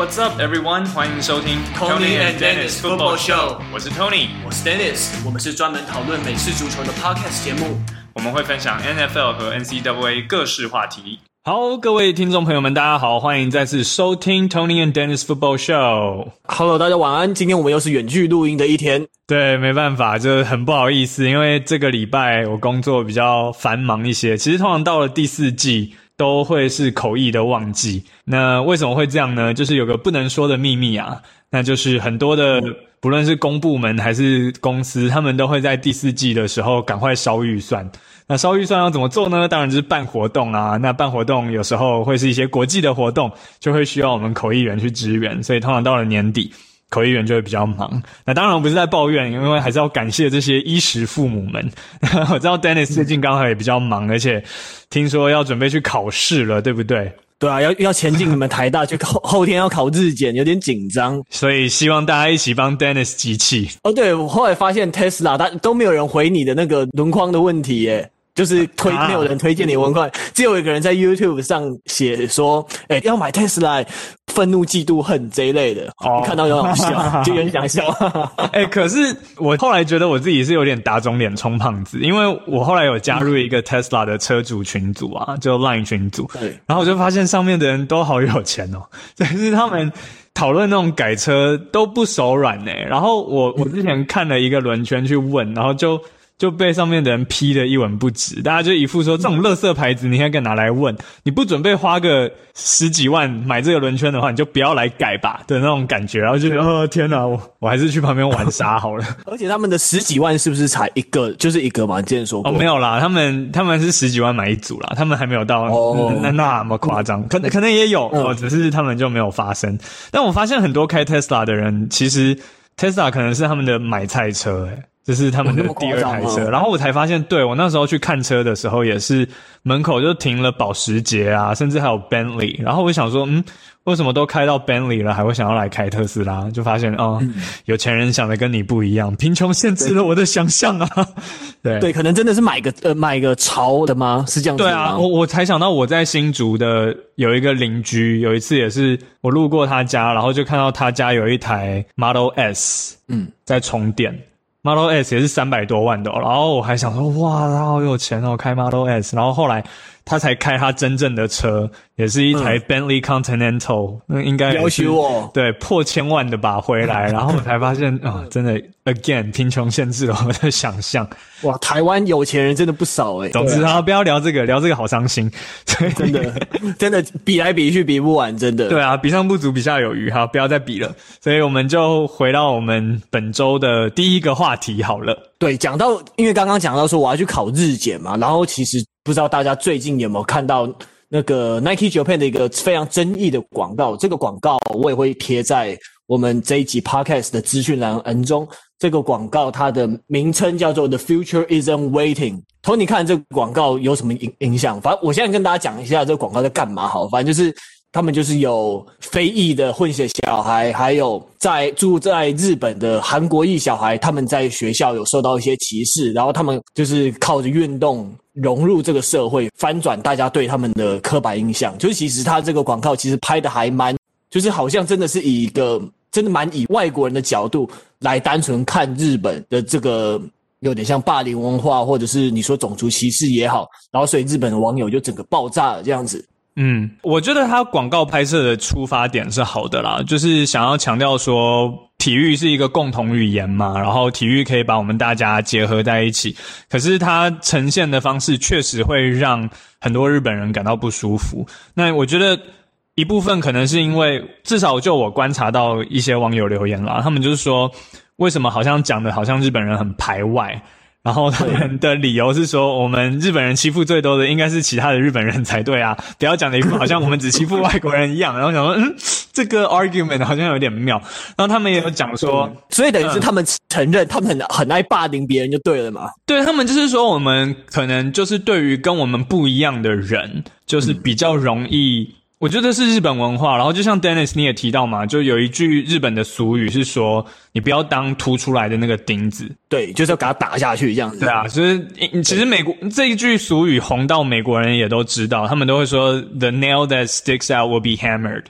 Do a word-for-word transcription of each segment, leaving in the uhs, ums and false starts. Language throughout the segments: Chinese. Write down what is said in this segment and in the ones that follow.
What's up, everyone？ 欢迎收听 Tony and Dennis Football Show。 我是 Tony， 我是 Dennis， 我们是专门讨论美式足球的 podcast 节目。 我们会分享 N F L 和 N C double A 各式话题。好，各位听众朋友们，大家好，欢迎再次收听 Tony and Dennis Football Show。Hello， 大家晚安。今天我们又是远距录音的一天。 对，没办法，就很不好意思，因为这个礼拜我工作比较繁忙一些。其实通常到了第四季都会是口译的旺季。那为什么会这样呢？就是有个不能说的秘密啊，那就是很多的不论是公部门还是公司，他们都会在第四季的时候赶快烧预算。那烧预算要怎么做呢？当然就是办活动啊。那办活动有时候会是一些国际的活动，就会需要我们口译员去支援，所以通常到了年底口译员就会比较忙。那当然我不是在抱怨，因为还是要感谢这些衣食父母们。我知道 Dennis 最近刚好也比较忙，而且听说要准备去考试了，对不对？ 对啊，要要前进你们台大，就后后天要考日检，有点紧张， 所以希望大家一起帮 Dennis 集气。 哦，对，我后来发现 Tesla 它都没有人回你的那个轮框的问题耶。就是推、啊、没有人推荐你文块，只有一个人在 YouTube 上写说，诶、欸、要买 Tesla， 愤怒、嫉妒、恨这一类的，哦、看到有点笑，就有点想笑。 诶、欸、可是我后来觉得我自己是有点打肿脸充胖子，因为我后来有加入一个 Tesla 的车主群组啊，就 Line 群组，对，然后我就发现上面的人都好有钱哦，就是他们讨论那种改车都不手软诶。然后我我之前看了一个轮圈去问，然后就。就被上面的人批得一文不值，大家就一副说这种垃圾牌子你还敢拿来问，你不准备花个十几万买这个轮圈的话，你就不要来改吧的那种感觉，然后就觉得哦天哪，我我还是去旁边玩沙好了。 而且他们的十几万是不是才一个，就是一个嘛？你之前说过哦，没有啦，他们他们是十几万买一组啦，他们还没有到、哦、那那么夸张，可能可能也有、嗯哦，只是他们就没有发生。但我发现很多开 Tesla 的人，其实 Tesla 可能是他们的买菜车诶。这是他们的第二台车，然后我才发现，对，我那时候去看车的时候，也是门口就停了保时捷啊，甚至还有 Bentley， 然后我想说，嗯，为什么都开到 Bentley 了，还会想要来开特斯拉？就发现哦、嗯，有钱人想的跟你不一样，贫穷限制了我的想象啊。对对，可能真的是买个呃买个潮的吗？是这样子吗？ 对啊，我我才想到我在新竹的有一个邻居，有一次也是我路过他家，然后就看到他家有一台 Model S， 嗯，在充电。Model S 也是三百多万的、哦，然后我还想说，哇，他好有钱哦，开 Model S。然后后来他才开他真正的车，也是一台 Bentley Continental，、嗯、应该要求我对破千万的吧回来，然后我才发现啊、哦，真的 again 贫穷限制了我的想象。 哇，台湾有钱人真的不少诶。 总之，啊，不要聊这个，聊这个好伤心。 真的，真的比来比去比不完，真的。 对啊，比上不足，比下有余。好，不要再比了。所以我们就回到我们本周的第一个话题好了。 对，讲到，因为刚刚讲到说我要去考日检嘛，然后其实不知道大家最近有没有看到那个 Nike Japan 的一个非常争议的广告，这个广告我也会贴在我们这一集 Podcast 的资讯栏中。这个广告它的名称叫做 The Future Isn't Waiting。Tony 看这个广告有什么影影响？反正我现在跟大家讲一下这个广告在干嘛好，反正就是他们就是有非裔的混血小孩，还有在住在日本的韩国裔小孩，他们在学校有受到一些歧视，然后他们就是靠着运动融入这个社会，翻转大家对他们的刻板印象。就是其实他这个广告其实拍的还蛮，就是好像真的是以一个真的蛮以外国人的角度来单纯看日本的这个有点像霸凌文化，或者是你说种族歧视也好，然后所以日本的网友就整个爆炸了这样子。 嗯，我觉得他广告拍摄的出发点是好的啦，就是想要强调说体育是一个共同语言嘛，然后体育可以把我们大家结合在一起。可是他呈现的方式确实会让很多日本人感到不舒服。那我觉得一部分可能是因为，至少就我观察到一些网友留言啦，他们就是说为什么好像讲的好像日本人很排外，然后他们的理由是说我们日本人欺负最多的应该是其他的日本人才对啊，不要讲的一副好像我们只欺负外国人一样。然后想说嗯，这个 argument 好像有点妙。然后他们也有讲说， 所以等于是他们承认他们很很爱霸凌别人就对了嘛。 对，他们就是说我们可能就是对于跟我们不一样的人就是比较容易、嗯，我觉得是日本文化。然后就像 Dennis 你也提到嘛，就有一句日本的俗语是说你不要当凸出来的那个钉子。 对，就是要给他打下去这样子。 对啊，所以其实美国这一句俗语红到美国人也都知道，他们都会说 The nail that sticks out will be hammered，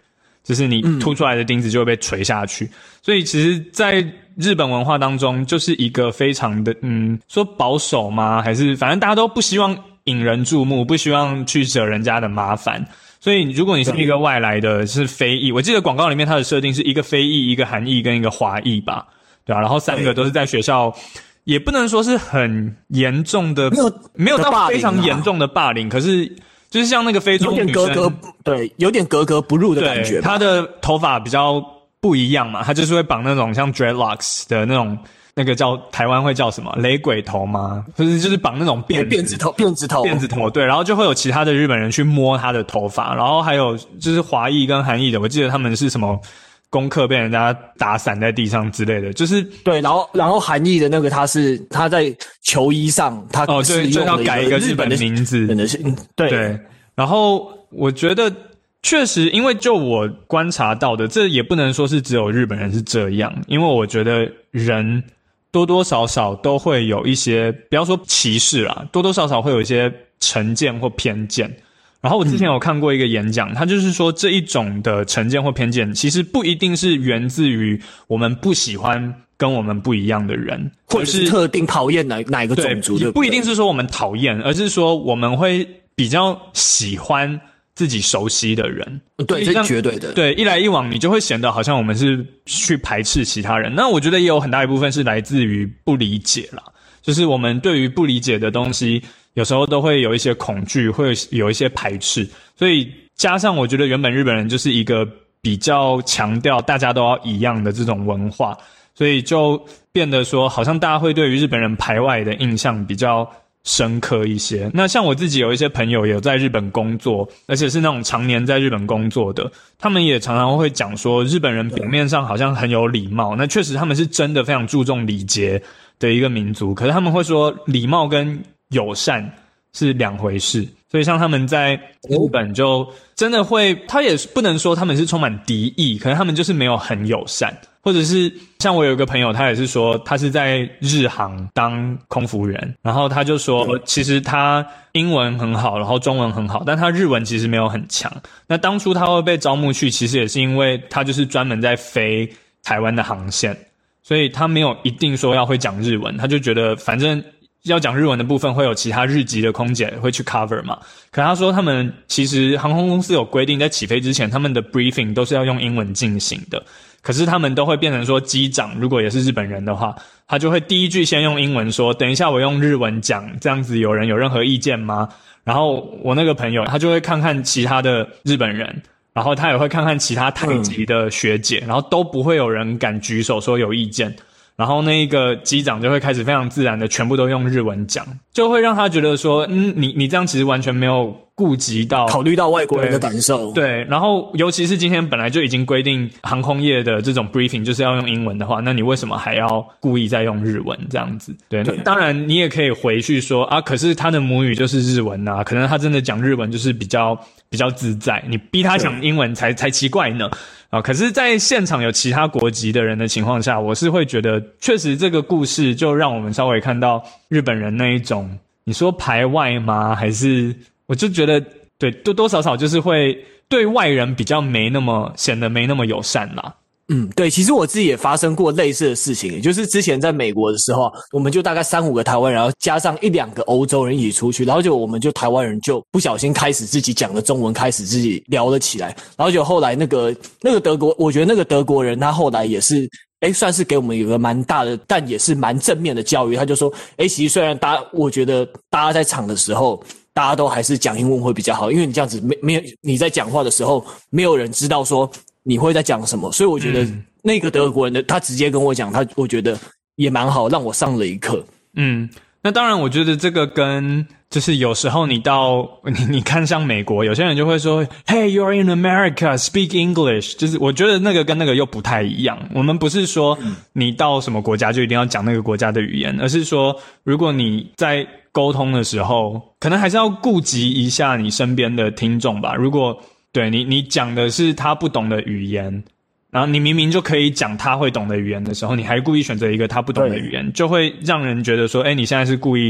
就是你凸出来的钉子就会被锤下去。嗯、所以其实在日本文化当中就是一个非常的嗯说保守吗，还是反正大家都不希望引人注目，不希望去惹人家的麻烦。所以如果你是一个外来的是非裔，我记得广告里面它的设定是一个非裔、一个韩裔跟一个华裔吧，对吧、啊？然后三个都是在学校，也不能说是很严重的，没有没有到非常严重的霸凌，可是就是像那个非洲女生， 有点格格对，有点格格不入的感觉。 她的头发比较不一样嘛，她就是会绑那种像 dreadlocks 的那种。那个叫台湾会叫什么雷鬼头吗？就是就是绑那种辫辫子头辫子头辫子头对，然后就会有其他的日本人去摸他的头发，然后还有就是华裔跟韩裔的，我记得他们是什么功课被人家打散在地上之类的，就是对，然后然后韩裔的那个他是他在球衣上他哦对，就要改一个日本的名字， 真的是对对，然后我觉得。确实，因为就我观察到的，这也不能说是只有日本人是这样，因为我觉得人多多少少都会有一些，不要说歧视啦，多多少少会有一些成见或偏见。然后我之前有看过一个演讲，他就是说这一种的成见或偏见，其实不一定是源自于我们不喜欢跟我们不一样的人， 或者是特定讨厌哪哪一个种族， 对，不一定是说我们讨厌，而是说我们会比较喜欢自己熟悉的人。 对，这是绝对的。 对，一来一往你就会显得好像我们是去排斥其他人。那我觉得也有很大一部分是来自于不理解啦，就是我们对于不理解的东西有时候都会有一些恐惧，会有一些排斥。所以加上我觉得原本日本人就是一个比较强调大家都要一样的这种文化，所以就变得说好像大家会对于日本人排外的印象比较深刻一些。那像我自己有一些朋友有在日本工作，而且是那种常年在日本工作的，他们也常常会讲说日本人表面上好像很有礼貌，那确实他们是真的非常注重礼节的一个民族，可是他们会说礼貌跟友善是两回事。所以像他们在日本就真的会，他也不能说他们是充满敌意，可能他们就是没有很友善。或者是像我有一个朋友，他也是说他是在日航当空服员，然后他就说其实他英文很好，然后中文很好，但他日文其实没有很强。那当初他会被招募去，其实也是因为他就是专门在飞台湾的航线，所以他没有一定说要会讲日文，他就觉得反正要讲日文的部分会有其他日籍的空姐会去 cover 嘛。可他说他们其实航空公司有规定，在起飞之前他们的 briefing 都是要用英文进行的，可是他们都会变成说机长如果也是日本人的话，他就会第一句先用英文说等一下我用日文讲，这样子有人有任何意见吗？然后我那个朋友他就会看看其他的日本人，然后他也会看看其他台籍的学姐、嗯、然后都不会有人敢举手说有意见，然后那一个机长就会开始非常自然的全部都用日文讲，就会让他觉得说嗯，你你这样其实完全没有顾及到考虑到外国人的感受。 对, 对，然后尤其是今天本来就已经规定航空业的这种 briefing 就是要用英文的话，那你为什么还要故意再用日文这样子？ 对, 对，当然你也可以回去说啊，可是他的母语就是日文啊，可能他真的讲日文就是比较比较自在，你逼他讲英文才才奇怪呢啊！可是在现场有其他国籍的人的情况下，我是会觉得确实这个故事就让我们稍微看到日本人那一种，你说排外吗？还是我就觉得对，多多少少就是会对外人比较没那么显得没那么友善啦。 嗯，对，其实我自己也发生过类似的事情，也就是之前在美国的时候，我们就大概三五个台湾人，然后加上一两个欧洲人一起出去，然后就我们就台湾人就不小心开始自己讲了中文，开始自己聊了起来，然后就后来那个那个德国，我觉得那个德国人他后来也是诶算是给我们有个蛮大的但也是蛮正面的教育，他就说诶其实虽然大家我觉得大家在场的时候大家都还是讲英文会比较好，因为你这样子没没有你在讲话的时候没有人知道说你会在讲什么，所以我觉得那个德国人的他直接跟我讲，他我觉得也蛮好，让我上了一课。 嗯，那当然我觉得这个跟就是有时候你到你你看像美国，有些人就会说 Hey you're in America speak English， 就是我觉得那个跟那个又不太一样。我们不是说你到什么国家就一定要讲那个国家的语言，而是说如果你在沟通的时候可能还是要顾及一下你身边的听众吧。如果对你你讲的是他不懂的语言，然后你明明就可以讲他会懂的语言的时候，你还故意选择一个他不懂的语言，就会让人觉得说诶你现在是故意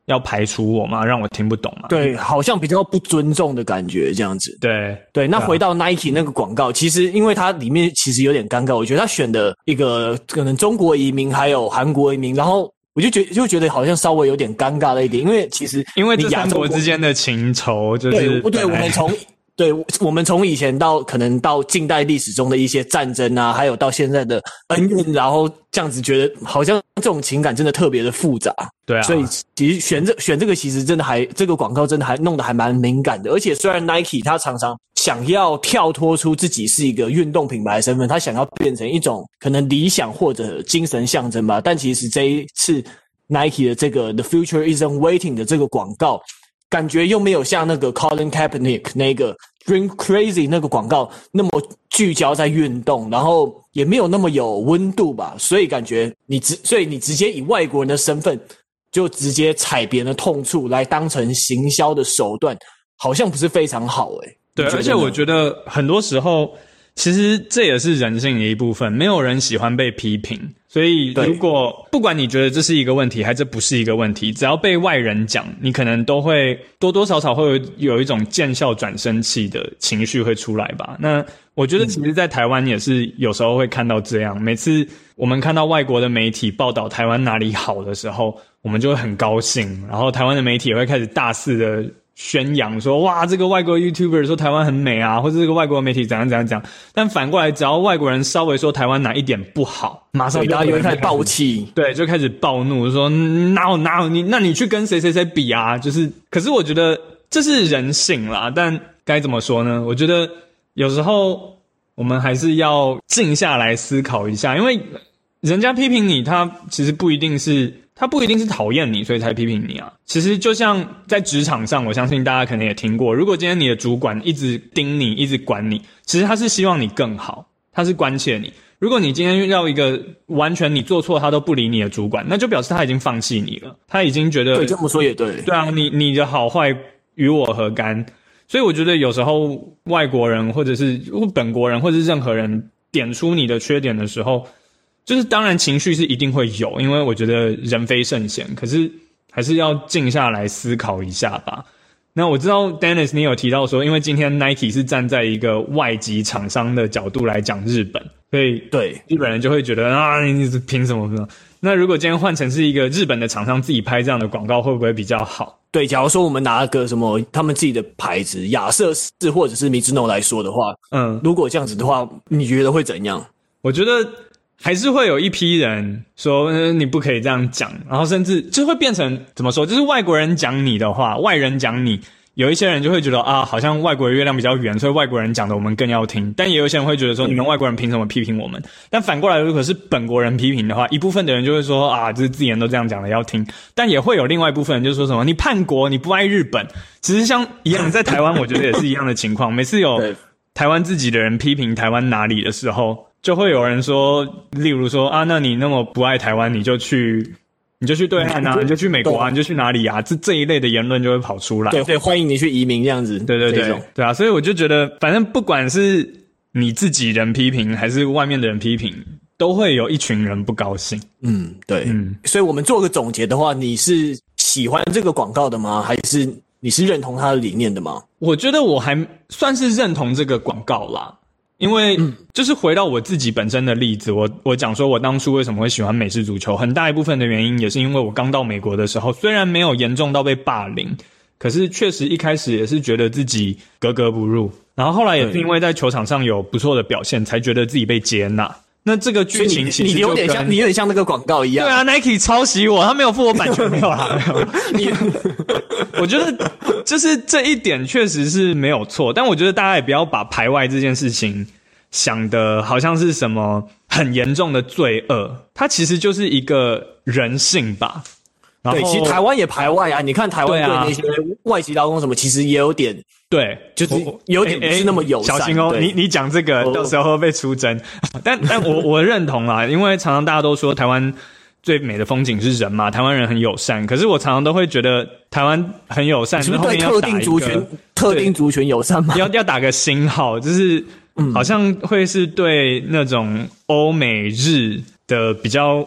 要排除我嘛，让我听不懂嘛。 对，好像比较不尊重的感觉这样子。 对对，那回到 Nike 那个广告，其实因为它里面其实有点尴尬，我觉得他选的一个可能中国移民还有韩国移民，然后我就觉就觉得好像稍微有点尴尬了一点，因为其实因为这三国之间的情仇就是对，对我们从对我们从以前到可能到近代历史中的一些战争啊，还有到现在的恩怨，然后这样子觉得好像这种情感真的特别的复杂。 对啊， 所以其实选这选这个其实真的还这个广告真的还弄得还蛮敏感的，而且虽然 Nike 它常常想要跳脱出自己是一个运动品牌的身份，它想要变成一种可能理想或者精神象征吧，但其实这一次 Nike 的这个 The Future Isn't Waiting 的这个广告，感觉又没有像那个 Colin Kaepernick 那个 Dream Crazy 那个广告那么聚焦在运动，然后也没有那么有温度吧，所以感觉你直所以你直接以外国人的身份就直接踩别人的痛处来当成行销的手段，好像不是非常好诶、欸。 对，而且我觉得很多时候其实这也是人性的一部分，没有人喜欢被批评，所以如果不管你觉得这是一个问题还是这不是一个问题，只要被外人讲，你可能都会多多少少会有有一种见笑转生气的情绪会出来吧。那我觉得其实在台湾也是有时候会看到这样，每次我们看到外国的媒体报道台湾哪里好的时候，我们就会很高兴，然后台湾的媒体也会开始大肆的宣扬说，哇，这个外国 YouTuber 说台湾很美啊，或者这个外国媒体怎样怎样怎样。但反过来，只要外国人稍微说台湾哪一点不好，马上大家就会开始爆气， 对，就开始暴怒，说哪有哪有你，那你去跟谁谁谁比啊？就是，可是我觉得这是人性啦，但该怎么说呢？我觉得有时候我们还是要静下来思考一下，因为人家批评你，他其实不一定是。他不一定是讨厌你所以才批评你啊，其实就像在职场上，我相信大家可能也听过，如果今天你的主管一直盯你一直管你，其实他是希望你更好，他是关切你。如果你今天遇到一个完全你做错他都不理你的主管，那就表示他已经放弃你了，他已经觉得， 对，这么说也对， 对啊，你你的好坏与我何干。所以我觉得有时候外国人或者是本国人或者是任何人点出你的缺点的时候，就是当然情绪是一定会有，因为我觉得人非圣贤，可是还是要静下来思考一下吧。那我知道 Dennis 你有提到说，因为今天 Nike 是站在一个外籍厂商的角度来讲日本，所以对日本人就会觉得啊，你是凭什么呢？那如果今天换成是一个日本的厂商自己拍这样的广告，会不会比较好？ 对，假如说我们拿个什么他们自己的牌子，亚瑟士或者是 Mizuno 来说的话，嗯，如果这样子的话，你觉得会怎样？ 我觉得还是会有一批人说、呃、你不可以这样讲，然后甚至就会变成怎么说，就是外国人讲你的话，外人讲你，有一些人就会觉得啊，好像外国的月亮比较圆，所以外国人讲的我们更要听。但也有一些人会觉得说，你们外国人凭什么批评我们？但反过来，如果是本国人批评的话，一部分的人就会说啊，这自己人都这样讲了，要听。但也会有另外一部分人就说什么你叛国，你不爱日本。其实像一样，在台湾我觉得也是一样的情况。每次有台湾自己的人批评台湾哪里的时候，就会有人说，例如说啊，那你那么不爱台湾，你就去，你就去对岸啊，你就去美国啊，你就去哪里啊？这这一类的言论就会跑出来。 对对，欢迎你去移民这样子。 对对对，对啊，所以我就觉得，反正不管是你自己人批评，还是外面的人批评，都会有一群人不高兴。 嗯，对，嗯，所以我们做个总结的话，你是喜欢这个广告的吗？还是你是认同它的理念的吗？ 我觉得我还算是认同这个广告啦。因为就是回到我自己本身的例子，我我讲说我当初为什么会喜欢美式足球，很大一部分的原因也是因为我刚到美国的时候，虽然没有严重到被霸凌，可是确实一开始也是觉得自己格格不入，然后后来也是因为在球场上有不错的表现，才觉得自己被接纳。那这个剧情其实就跟你, 你有点像，你有点像那个广告一样。 对啊 ，Nike 抄袭我，他没有付我版权，没有啦。你，我觉得就是这一点确实是没有错，但我觉得大家也不要把排外这件事情想的好像是什么很严重的罪恶，它其实就是一个人性吧。然后对，其实台湾也排外啊，你看台湾对那些外籍劳工什么，其实也有点。 对， 就是有点不是那么友善。 小心哦，你你讲这个到时候会被出征。但但我我认同啦，因为常常大家都说台湾最美的风景是人嘛，台湾人很友善。可是我常常都会觉得台湾很友善， 是不是对特定族群特定族群友善吗？ 要要打个星号，就是好像会是对那种欧美日的比较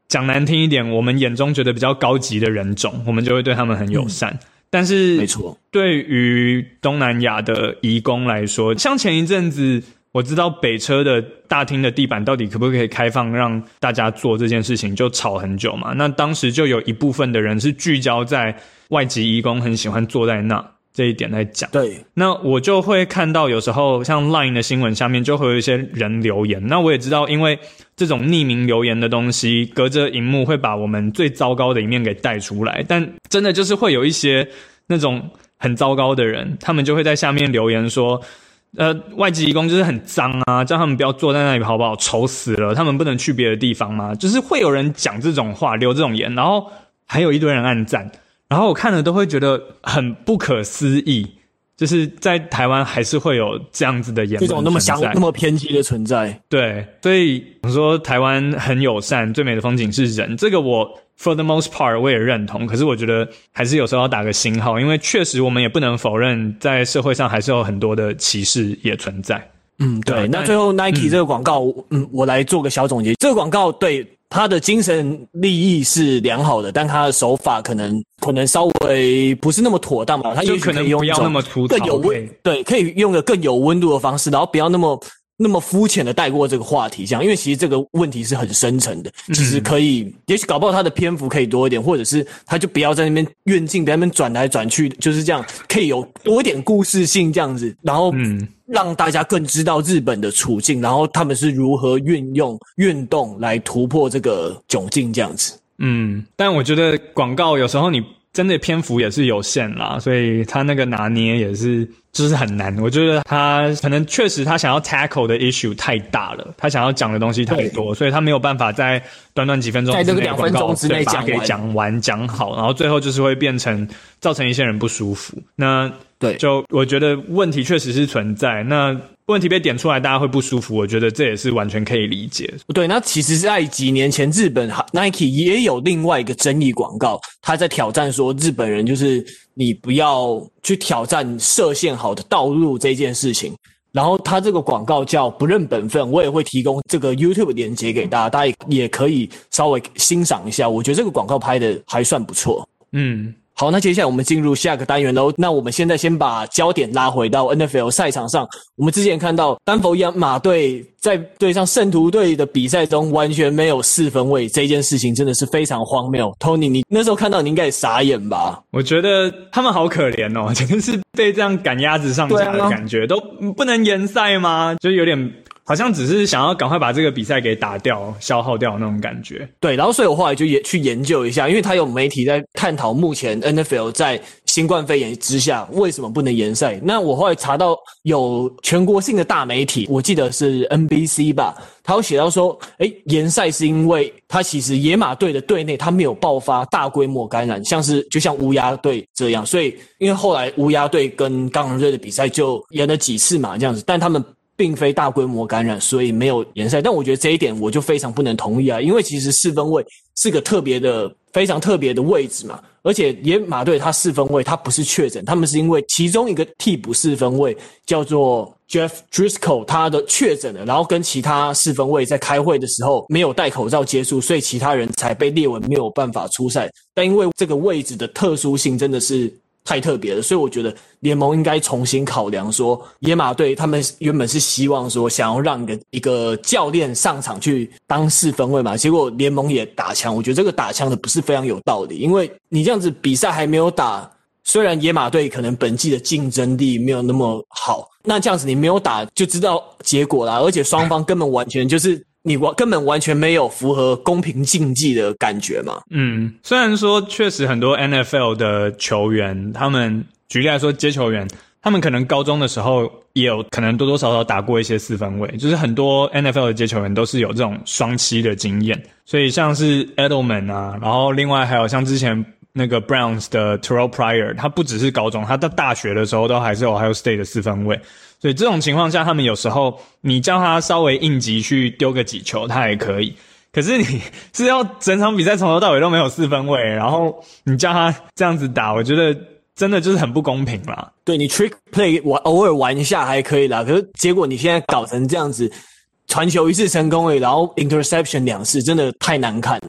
讲难听一点，我们眼中觉得比较高级的人种，我们就会对他们很友善。嗯，但是没错， 对于东南亚的移工来说，像前一阵子我知道北车的大厅的地板到底可不可以开放让大家做这件事情，就吵很久嘛。那当时就有一部分的人是聚焦在外籍移工很喜欢坐在那这一点来讲。 对， 那我就会看到有时候像 Line 的新闻下面就会有一些人留言，那我也知道因为这种匿名留言的东西隔着荧幕会把我们最糟糕的一面给带出来，但真的就是会有一些那种很糟糕的人，他们就会在下面留言说呃，外籍移工就是很脏啊，叫他们不要坐在那里好不好，丑死了，他们不能去别的地方吗？就是会有人讲这种话，留这种言，然后还有一堆人按赞，然后我看了都会觉得很不可思议，就是在台湾还是会有这样子的言论存在， 这种那么想那么偏激的存在。 对，所以我说台湾很友善，最美的风景是人，这个我 for the most part 我也认同，可是我觉得还是有时候要打个星号，因为确实我们也不能否认在社会上还是有很多的歧视也存在。 嗯，对。那最后 Nike 这个广告，嗯，我来做个小总结。这个广告对它的精神利益是良好的，但它的手法可能可能稍微不是那么妥当吧。它也许可以用一种更有温，对，可以用个更有温度的方式，然后不要那么那么肤浅的带过这个话题，这样，因为其实这个问题是很深层的，其实可以，嗯、也许搞不好他的篇幅可以多一点，或者是他就不要在那边院境，在那边转来转去，就是这样，可以有多一点故事性这样子，然后嗯。让大家更知道日本的处境，然后他们是如何运用运动来突破这个窘境这样子。 嗯，但我觉得广告有时候你真的篇幅也是有限啦，所以他那个拿捏也是就是很难。我觉得他可能确实他想要 tackle 的 issue 太大了，他想要讲的东西太多，所以他没有办法在短短几分钟之内在这个两分钟之内讲给讲完讲好，然后最后就是会变成造成一些人不舒服。那对， 就我觉得问题确实是存在，那问题被点出来大家会不舒服，我觉得这也是完全可以理解。 对，那其实在几年前日本 Nike 也有另外一个争议广告，他在挑战说日本人就是你不要去挑战设限好的道路这件事情，然后他这个广告叫不认本分，我也会提供这个 YouTube 连结给大家，大家也可以稍微欣赏一下，我觉得这个广告拍的还算不错。 嗯， 好，那接下来我们进入下个单元喽。那我们现在先把焦点拉回到 N F L 赛场上。我们之前看到丹佛亚马队在对上圣徒队的比赛中完全没有四分卫，这件事情真的是非常荒谬。Tony， 你那时候看到你应该也傻眼吧？ 我觉得他们好可怜哦，真的是被这样赶鸭子上架的感觉，都不能延赛吗？就有点好像只是想要赶快把这个比赛给打掉、消耗掉那种感觉。 对，然后所以我后来就也去研究一下，因为他有媒体在探讨目前 N F L 在新冠肺炎之下为什么不能延赛。那我后来查到有全国性的大媒体，我记得是 N B C 吧，他有写到说，诶，延赛是因为他其实野马队的队内他没有爆发大规模感染，像是就像乌鸦队这样，所以因为后来乌鸦队跟钢人队的比赛就延了几次嘛，这样子，但他们并非大规模感染，所以没有延赛。但我觉得这一点我就非常不能同意啊，因为其实四分卫是个特别的、非常特别的位置嘛。而且野马队他四分卫他不是确诊，他们是因为其中一个替补四分卫叫做 Jeff Driscoll 他的确诊了，然后跟其他四分卫在开会的时候没有戴口罩接触，所以其他人才被列为没有办法出赛。但因为这个位置的特殊性真的是太特别了，所以我觉得联盟应该重新考量说，野马队他们原本是希望说想要让一个一个教练上场去当四分卫嘛，结果联盟也打枪，我觉得这个打枪的不是非常有道理，因为你这样子比赛还没有打，虽然野马队可能本季的竞争力没有那么好，那这样子你没有打就知道结果啦，而且双方根本完全就是你根本完全没有符合公平竞技的感觉嘛。 嗯，虽然说确实很多 N F L 的球员，他们举例来说接球员，他们可能高中的时候也有可能多多少少打过一些四分卫，就是很多 N F L 的接球员都是有这种双栖的经验，所以像是 Edelman 啊，然后另外还有像之前那个 Browns 的 Terrell Pryor， 他不只是高中，他到大学的时候都还是 Ohio State 的四分卫，所以这种情况下他们有时候你叫他稍微应急去丢个几球他也可以，可是你是要整场比赛从头到尾都没有四分卫，然后你叫他这样子打，我觉得真的就是很不公平啦。 对，你 trick play 玩偶尔玩一下还可以啦，可是结果你现在搞成这样子，传球一次成功而已，然后 interception 两次，真的太难看了。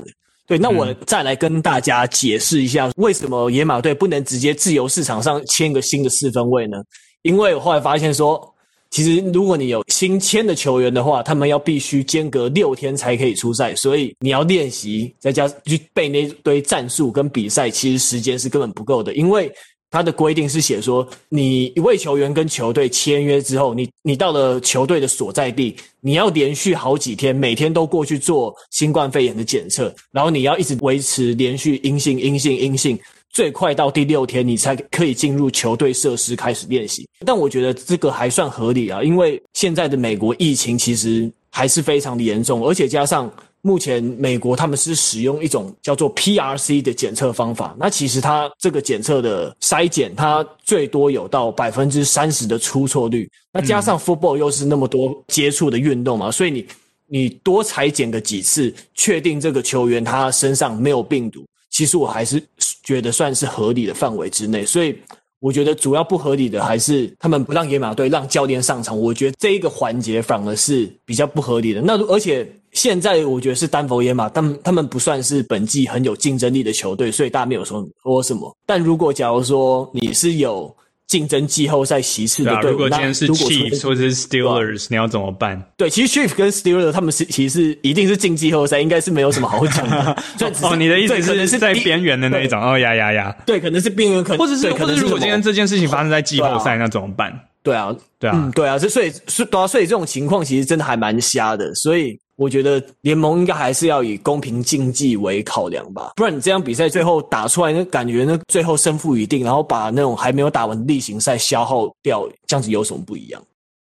对，那我再来跟大家解释一下，为什么野马队不能直接自由市场上签一个新的四分卫呢？因为我后来发现说，其实如果你有新签的球员的话，他们要必须间隔六天才可以出赛，所以你要练习，再加去背那堆战术跟比赛，其实时间是根本不够的，因为他的规定是写说，你一位球员跟球队签约之后，你你到了球队的所在地，你要连续好几天，每天都过去做新冠肺炎的检测，然后你要一直维持连续阴性、阴性、阴性，最快到第六天你才可以进入球队设施开始练习。但我觉得这个还算合理啊，因为现在的美国疫情其实还是非常的严重，而且加上目前美国他们是使用一种叫做 P R C 的检测方法，那其实它这个检测的筛检，它最多有到 百分之三十 的出错率。那加上 football 又是那么多接触的运动嘛，所以你你多采检个几次，确定这个球员他身上没有病毒，其实我还是觉得算是合理的范围之内。所以我觉得主要不合理的还是他们不让野马队让教练上场，我觉得这一个环节反而是比较不合理的。那而且现在我觉得是丹佛野马，他们他们不算是本季很有竞争力的球队，所以大家没有说说什么。但如果假如说你是有竞争季后赛席次的队伍， 如果今天是 Chiefs 或者是 Steelers， 你要怎么办？ 对，其实 Chiefs 跟 Steelers 他们是其实是一定是进季后赛，应该是没有什么好讲的。 哦，你的意思是在边缘的那一种？哦呀呀呀！ 对，可能是边缘，可能或者是或者是如果今天这件事情发生在季后赛，那怎么办？ 对啊， 对啊， 嗯，对啊，所以对啊，所以这种情况其实真的还蛮瞎的，所以我觉得联盟应该还是要以公平竞技为考量吧，不然你这样比赛最后打出来，那感觉那最后胜负已定，然后把那种还没有打完的例行赛消耗掉，这样子有什么不一样？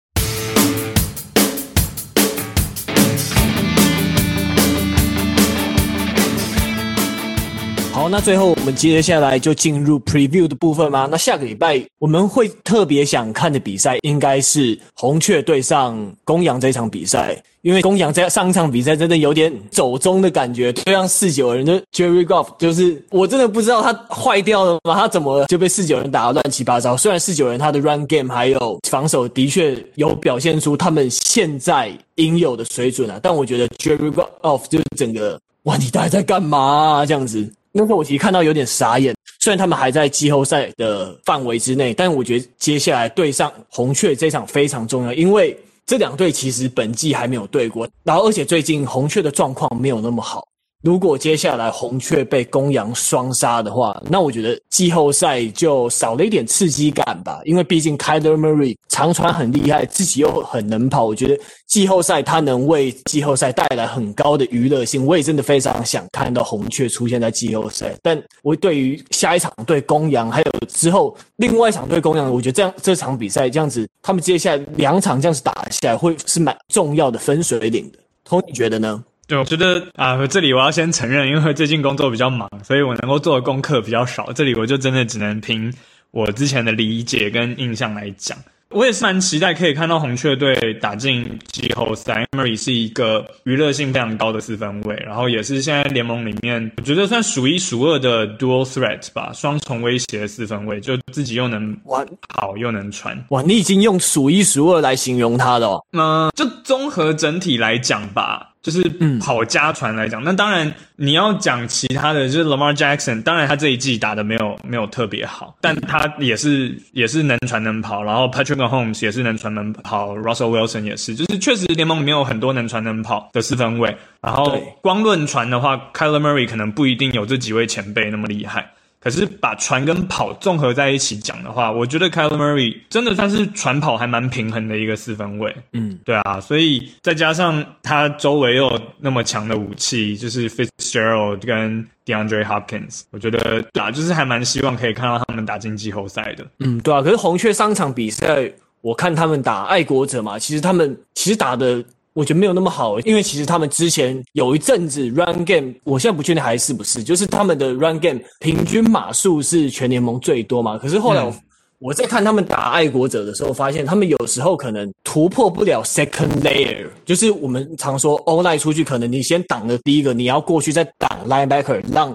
好，那最后我们接下来就进入 preview 的部分吗？那下个礼拜我们会特别想看的比赛应该是红雀对上公羊这场比赛，因为公羊在上一场比赛真的有点走中的感觉，对上四九人就 Jared Goff， 就是我真的不知道他坏掉了吗？他怎么就被四九人打得乱七八糟？虽然四九人他的 run game 还有防守的确有表现出他们现在应有的水准啊，但我觉得 Jared Goff 就是整个哇，你到底在干嘛啊？这样子。那时候我其实看到有点傻眼，虽然他们还在季后赛的范围之内，但我觉得接下来对上红雀这场非常重要，因为这两队其实本季还没有对过，然后而且最近红雀的状况没有那么好。如果接下来红雀被公羊双杀的话，那我觉得季后赛就少了一点刺激感吧，因为毕竟 Kyler Murray 长传很厉害，自己又很能跑，我觉得季后赛他能为季后赛带来很高的娱乐性，我也真的非常想看到红雀出现在季后赛。但我对于下一场对公羊，还有之后另外一场对公羊，我觉得这样这场比赛这样子，他们接下来两场这样子打下来，会是蛮重要的分水岭的。Tony 你觉得呢？ 对，我觉得啊，这里我要先承认，因为最近工作比较忙，所以我能够做的功课比较少。这里我就真的只能凭我之前的理解跟印象来讲。我也是蛮期待可以看到红雀队打进季后赛。Murray 是一个娱乐性非常高的四分卫，然后也是现在联盟里面我觉得算数一数二的 dual threat 吧，双重威胁的四分卫，就自己又能跑又能传。 哇，你已经用数一数二来形容他了哦。 嗯，就综合整体来讲吧，就是跑加传来讲，那、嗯、当然你要讲其他的，就是 Lamar Jackson， 当然他这一季打的没有没有特别好，但他也是也是能传能跑，然后 Patrick Mahomes 也是能传能跑 ，Russell Wilson 也是，就是确实联盟里面有很多能传能跑的四分卫，然后光论传的话 ，Kyler Murray 可能不一定有这几位前辈那么厉害。可是把传跟跑综合在一起讲的话，我觉得 Kyler Murray 真的算是传跑还蛮平衡的一个四分卫。嗯，对啊，所以再加上他周围又有那么强的武器，就是 Fitzgerald 跟 DeAndre Hopkins， 我觉得打就是还蛮希望可以看到他们打进季后赛的。 嗯，对啊，可是红雀上场比赛，我看他们打爱国者嘛，其实他们其实打的我觉得没有那么好，因为其实他们之前有一阵子 run game， 我现在不确定还是不是，就是他们的 run game 平均码数是全联盟最多嘛。可是后来我、嗯、我在看他们打爱国者的时候，发现他们有时候可能突破不了 second layer， 就是我们常说 O-line 出去，可能你先挡了第一个，你要过去再挡 linebacker， 让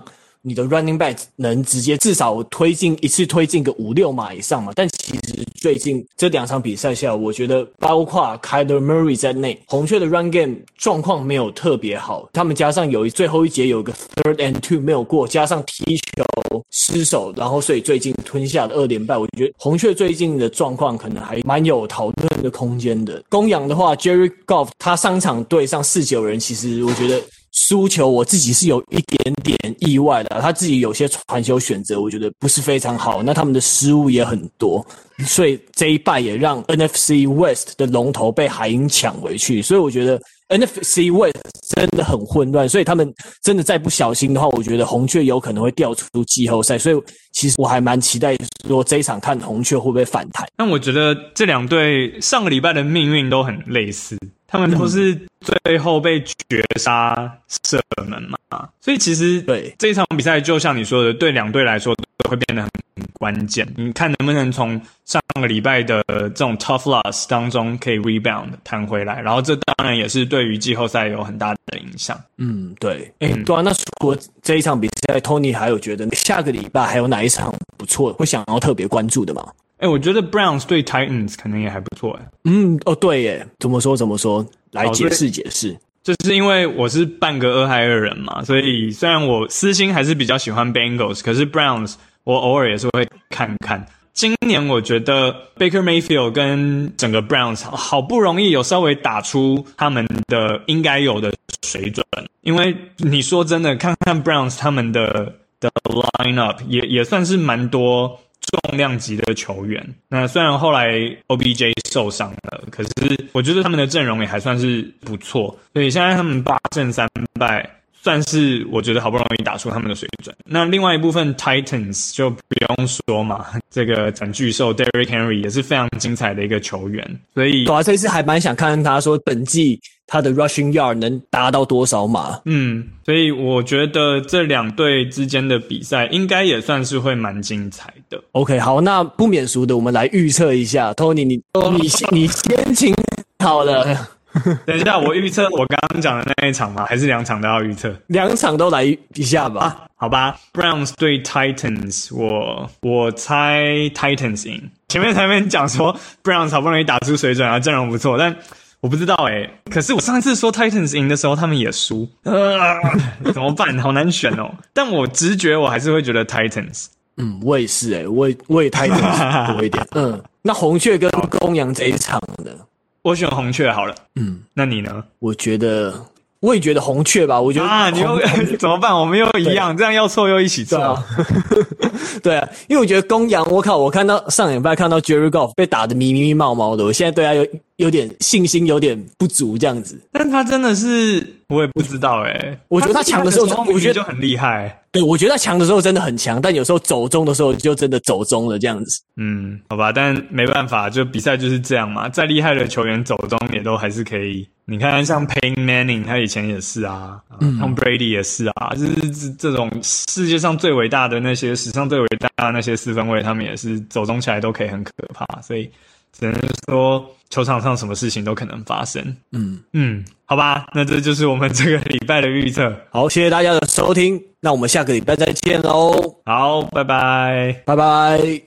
你的 running back 能直接至少推进一次推进个五六码以上嘛。但其实最近这两场比赛下来，我觉得包括 Kyler Murray 在内，红雀的 run game 状况没有特别好。他们加上有一最后一节有一个 third and two 没有过，加上踢球失手，然后所以最近吞下了二连败。我觉得红雀最近的状况可能还蛮有讨论的空间的。公羊的话 ，Jared Goff 他上场对上四九人，其实我觉得输球我自己是有一点点意外的，他自己有些传球选择我觉得不是非常好，那他们的失误也很多，所以这一败也让 N F C West 的龙头被海鹰抢回去，所以我觉得 N F C West 真的很混乱，所以他们真的再不小心的话，我觉得红雀有可能会掉出季后赛，所以其实我还蛮期待说这一场看红雀会不会反弹。 但我觉得这两队上个礼拜的命运都很类似，他们都是最后被绝杀射门嘛，所以其实对这一场比赛就像你说的，对两队来说都会变得很关键。你看能不能从上个礼拜的这种 tough loss 当中可以 rebound 弹回来，然后这当然也是对于季后赛有很大的影响。 嗯，对，哎、欸，对啊，那除了这一场比赛 ，Tony 还有觉得下个礼拜还有哪一场不错，会想要特别关注的吗？ 哎、欸，我觉得 Browns 对 Titans 可能也还不错哎。 嗯，哦，对耶，怎么说怎么说？来解释解释。 就是因为我是半个俄亥俄人嘛，所以虽然我私心还是比较喜欢 Bengals， 可是 Browns 我偶尔也是会看看。今年我觉得 Baker Mayfield 跟整个 Browns 好不容易有稍微打出他们的应该有的水准，因为你说真的，看看 Browns 他们的的 lineup 也也算是蛮多重量级的球员。那虽然后来 O B J 受伤了，可是我觉得他们的阵容也还算是不错，所以现在他们八胜三败，算是我觉得好不容易打出他们的水准。那另外一部分 Titans 就不用说嘛，这个整巨兽 Derrick Henry 也是非常精彩的一个球员，所以对啊，这次还蛮想看看他说本季他的 rushing yard 能达到多少码。 嗯，所以我觉得这两队之间的比赛应该也算是会蛮精彩的。 OK， 好，那不免俗的，我们来预测一下 ，Tony， 你你你先请好了。 等一下，我预测我刚刚讲的那一场吗？还是两场都要预测？ 两场都来一下吧。 啊，好吧 ，Browns 对 Titans， 我我猜 Titans 赢。前面前面讲说 Browns 好不容易打出水准啊，阵容不错，但我不知道诶、欸。可是我上次说 Titans 赢的时候，他们也输，呃，怎么办？好难选哦。但我直觉我还是会觉得 Titans。 嗯，我也是诶、欸，我也我也 Titans 多一点。嗯，那红雀跟公羊这一场呢？ 我选红雀好了。 嗯， 那你呢？ 我觉得，我也觉得红雀吧。我觉得啊，你又怎么办？我们又一样，这样要错又一起错。 对啊，对啊，因为我觉得公羊，我靠，我看到上礼拜看到 Jared Goff 被打得迷迷毛毛的，我现在对他有有点信心，有点不足这样子。 但他真的是，我也不知道诶、欸。 我觉得他强的时候，我觉得就很厉害。 对，我觉得他强的时候真的很强，但有时候走中的时候就真的走中了这样子。 嗯，好吧，但没办法，就比赛就是这样嘛。再厉害的球员走中也都还是可以。你看，像 Peyton Manning， 他以前也是啊，嗯，Tom Brady 也是啊，就是这种世界上最伟大的那些，史上最伟大的那些四分卫，他们也是走中起来都可以很可怕，所以只能说球场上什么事情都可能发生。嗯嗯，好吧，那这就是我们这个礼拜的预测。 好，谢谢大家的收听，那我们下个礼拜再见喽。 好，拜拜， 拜拜。